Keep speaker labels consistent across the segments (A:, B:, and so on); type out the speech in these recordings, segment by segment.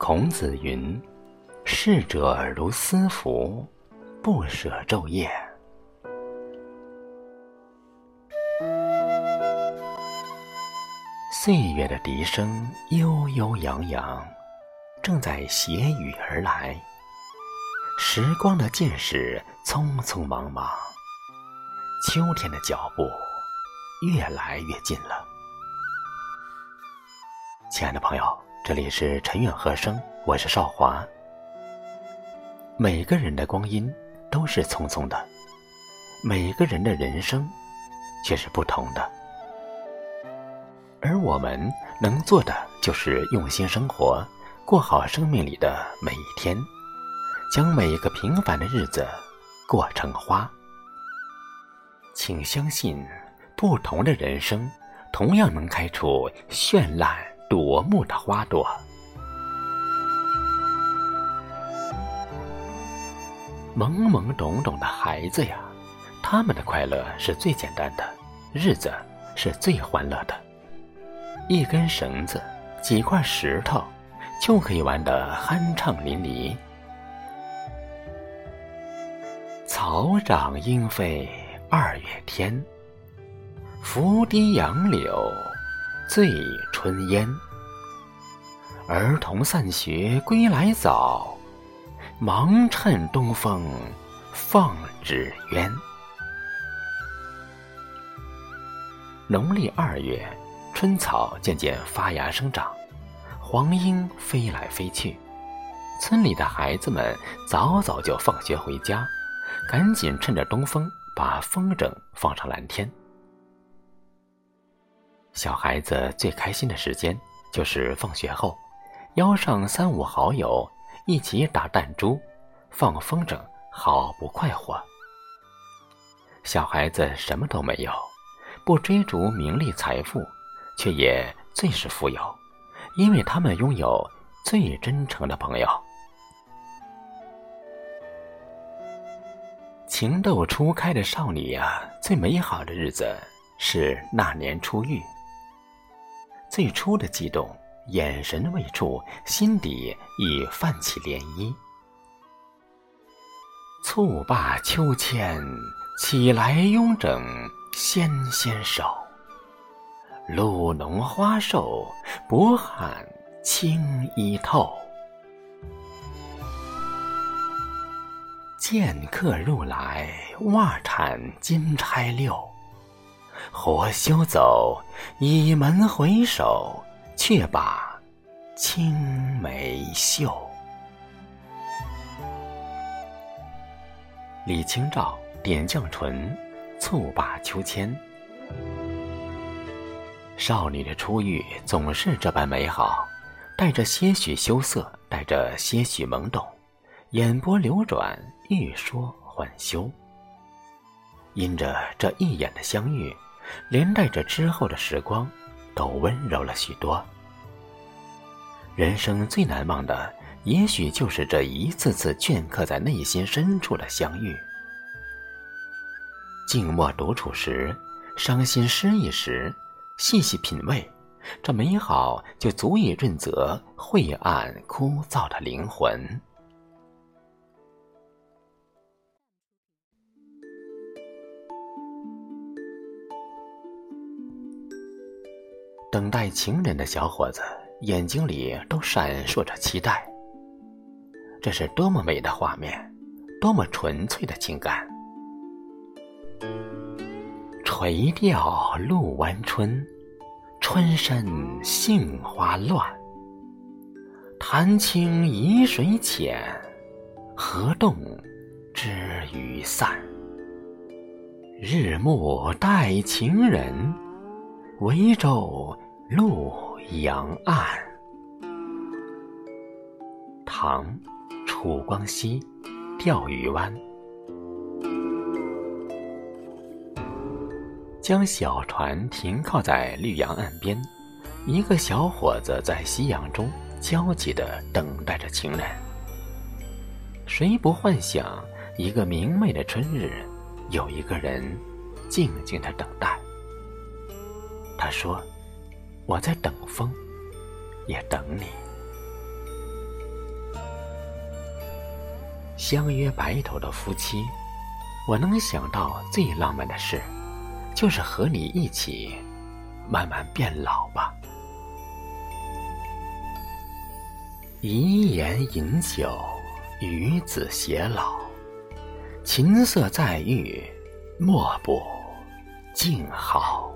A: 孔子云：逝者如斯夫，不舍昼夜。岁月的笛声悠悠扬扬，正在携雨而来。时光的箭矢匆匆忙忙，秋天的脚步越来越近了。亲爱的朋友，这里是晨远和声，我是少华。每个人的光阴都是匆匆的，每个人的人生却是不同的。而我们能做的就是用心生活，过好生命里的每一天，将每一个平凡的日子过成花。请相信，不同的人生同样能开出绚烂夺目的花朵。懵懵懂懂的孩子呀，他们的快乐是最简单的，日子是最欢乐的。一根绳子，几块石头，就可以玩得酣畅淋漓。草长莺飞2月天，拂堤杨柳醉春烟。儿童散学归来早，忙趁东风放纸鸢。农历2月，春草渐渐发芽生长，黄莺飞来飞去。村里的孩子们早早就放学回家，赶紧趁着东风把风筝放上蓝天。小孩子最开心的时间就是放学后，邀上3、5好友一起打弹珠、放风筝，好不快活。小孩子什么都没有，不追逐名利财富，却也最是富有，因为他们拥有最真诚的朋友。情窦初开的少女呀，最美好的日子是那年初遇。最初的激动，眼神未触，心底已泛起涟漪。蹴罢秋千，起来拥整纤纤手。露浓花瘦，薄汗轻衣透。见客入来，袜铲金钗溜。活休走，倚门回首，却把青梅嗅。李清照点绛唇，蹴罢秋千。少女的初遇总是这般美好，带着些许羞涩，带着些许懵懂，眼波流转，欲说还休。因着这一眼的相遇，连带着之后的时光都温柔了许多。人生最难忘的，也许就是这一次次镌刻在内心深处的相遇。静默独处时，伤心失意时，细细品味，这美好就足以润泽晦暗枯燥的灵魂。等待情人的小伙子，眼睛里都闪烁着期待。这是多么美的画面，多么纯粹的情感。垂钓陆湾春，春深杏花乱。潭清疑水浅，河动知鱼散。日暮待情人，唯舟陆阳岸。唐·楚光熙，钓鱼湾。将小船停靠在绿杨岸边，一个小伙子在夕阳中焦急地等待着情人。谁不幻想一个明媚的春日，有一个人静静地等待？他说：我在等风，也等你。 相约白头的夫妻，我能想到最浪漫的事，就是和你一起慢慢变老吧。遗言饮酒，与子偕老，琴瑟在御，莫不静好。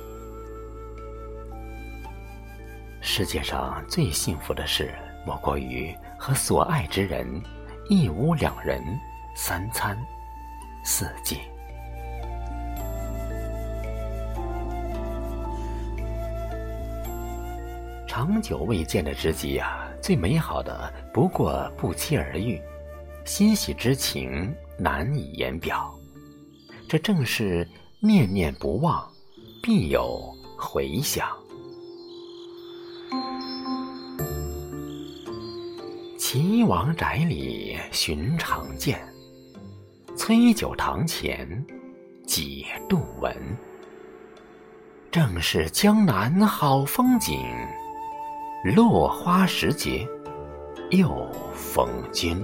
A: 世界上最幸福的事，莫过于和所爱之人一屋两人，三餐四季。长久未见的知己啊，最美好的不过不期而遇，欣喜之情难以言表。这正是念念不忘，必有回响。岐王宅里寻常见，崔九堂前几度闻。正是江南好风景，落花时节又逢君。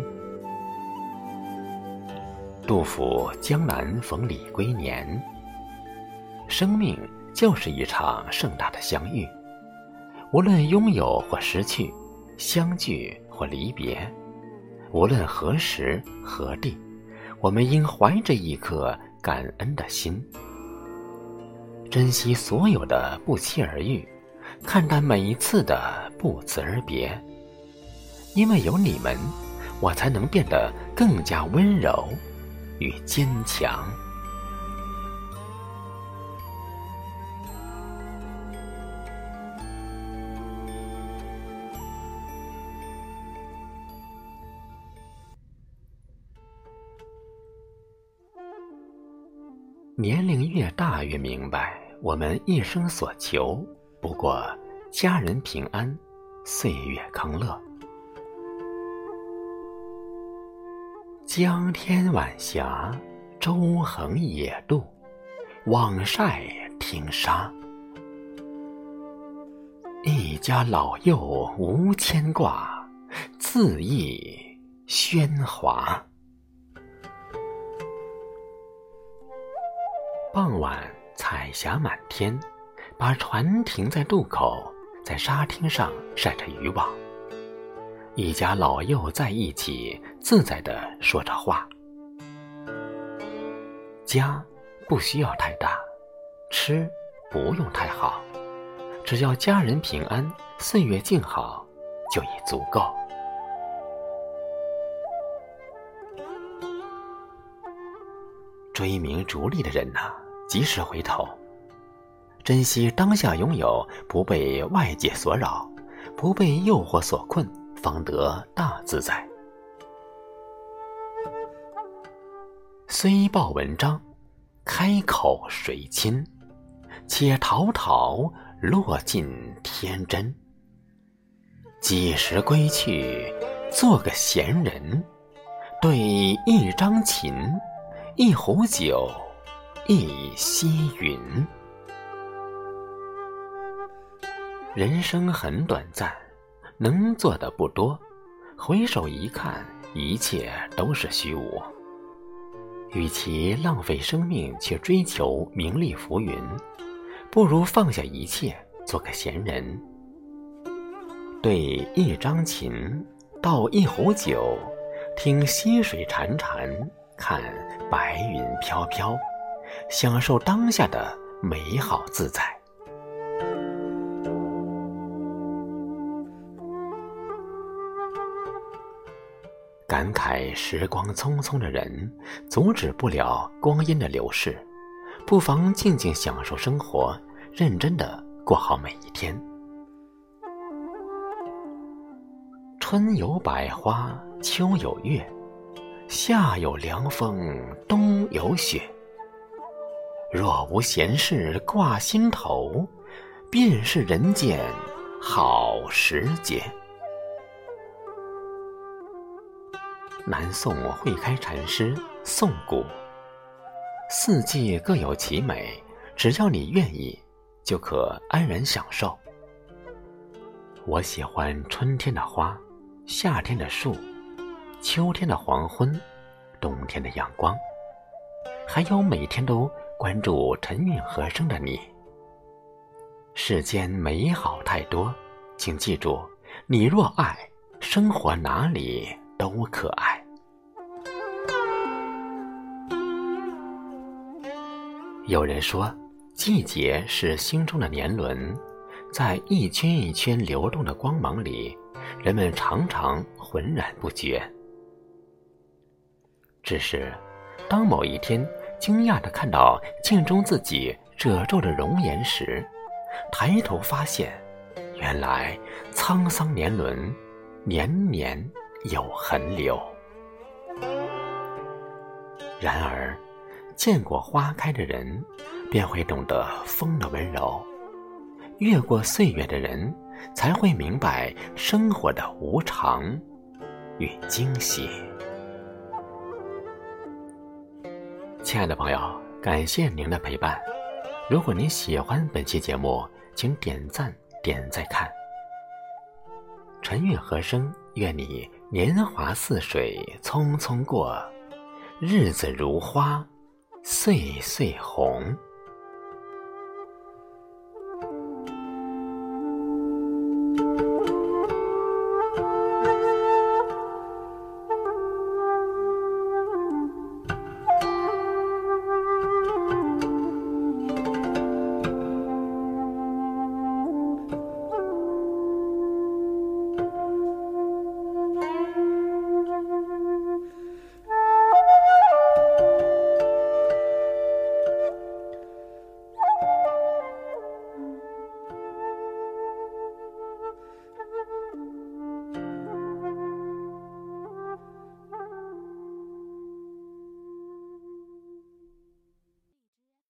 A: 杜甫江南逢李龟年。生命就是一场盛大的相遇，无论拥有或失去，相聚或离别，无论何时何地，我们应怀着一颗感恩的心，珍惜所有的不期而遇，看淡每一次的不辞而别。因为有你们，我才能变得更加温柔与坚强。年龄越大越明白，我们一生所求不过家人平安，岁月康乐。江天晚霞，舟横野渡，网晒听沙。一家老幼无牵挂，恣意喧哗。傍晚彩霞满天，把船停在渡口，在沙汀上晒着渔网。一家老幼在一起，自在地说着话。家不需要太大，吃不用太好，只要家人平安，岁月静好，就已足够。追名逐利的人啊，及时回头，珍惜当下拥有，不被外界所扰，不被诱惑所困，方得大自在。虽报文章，开口谁亲？且陶陶，落尽天真。几时归去，做个闲人，对一张琴，一壶酒，一溪云。人生很短暂，能做的不多，回首一看，一切都是虚无。与其浪费生命去追求名利浮云，不如放下一切，做个闲人。对一张琴，倒一壶酒，听溪水潺潺，看白云飘飘，享受当下的美好自在。感慨时光匆匆的人，阻止不了光阴的流逝，不妨静静享受生活，认真地过好每一天。春有百花，秋有月，夏有凉风，冬有雪。若无闲事挂心头，便是人间好时节。南宋慧开禅师宋古：四季各有其美，只要你愿意，就可安然享受。我喜欢春天的花，夏天的树， 秋天的黄昏，冬天的阳光，还有每天都关注晨韵和声的你。世间美好太多，请记住，你若爱，生活哪里都可爱。有人说，季节是心中的年轮，在一圈一圈流动的光芒里，人们常常浑然不觉。只是当某一天惊讶地看到镜中自己褶皱的容颜时，抬头发现，原来沧桑年轮，年年有痕留。然而见过花开的人，便会懂得风的温柔；越过岁月的人，才会明白生活的无常与惊喜。亲爱的朋友，感谢您的陪伴。如果您喜欢本期节目，请点赞点再看。晨韵和声，愿你年华似水匆匆过，日子如花岁岁红。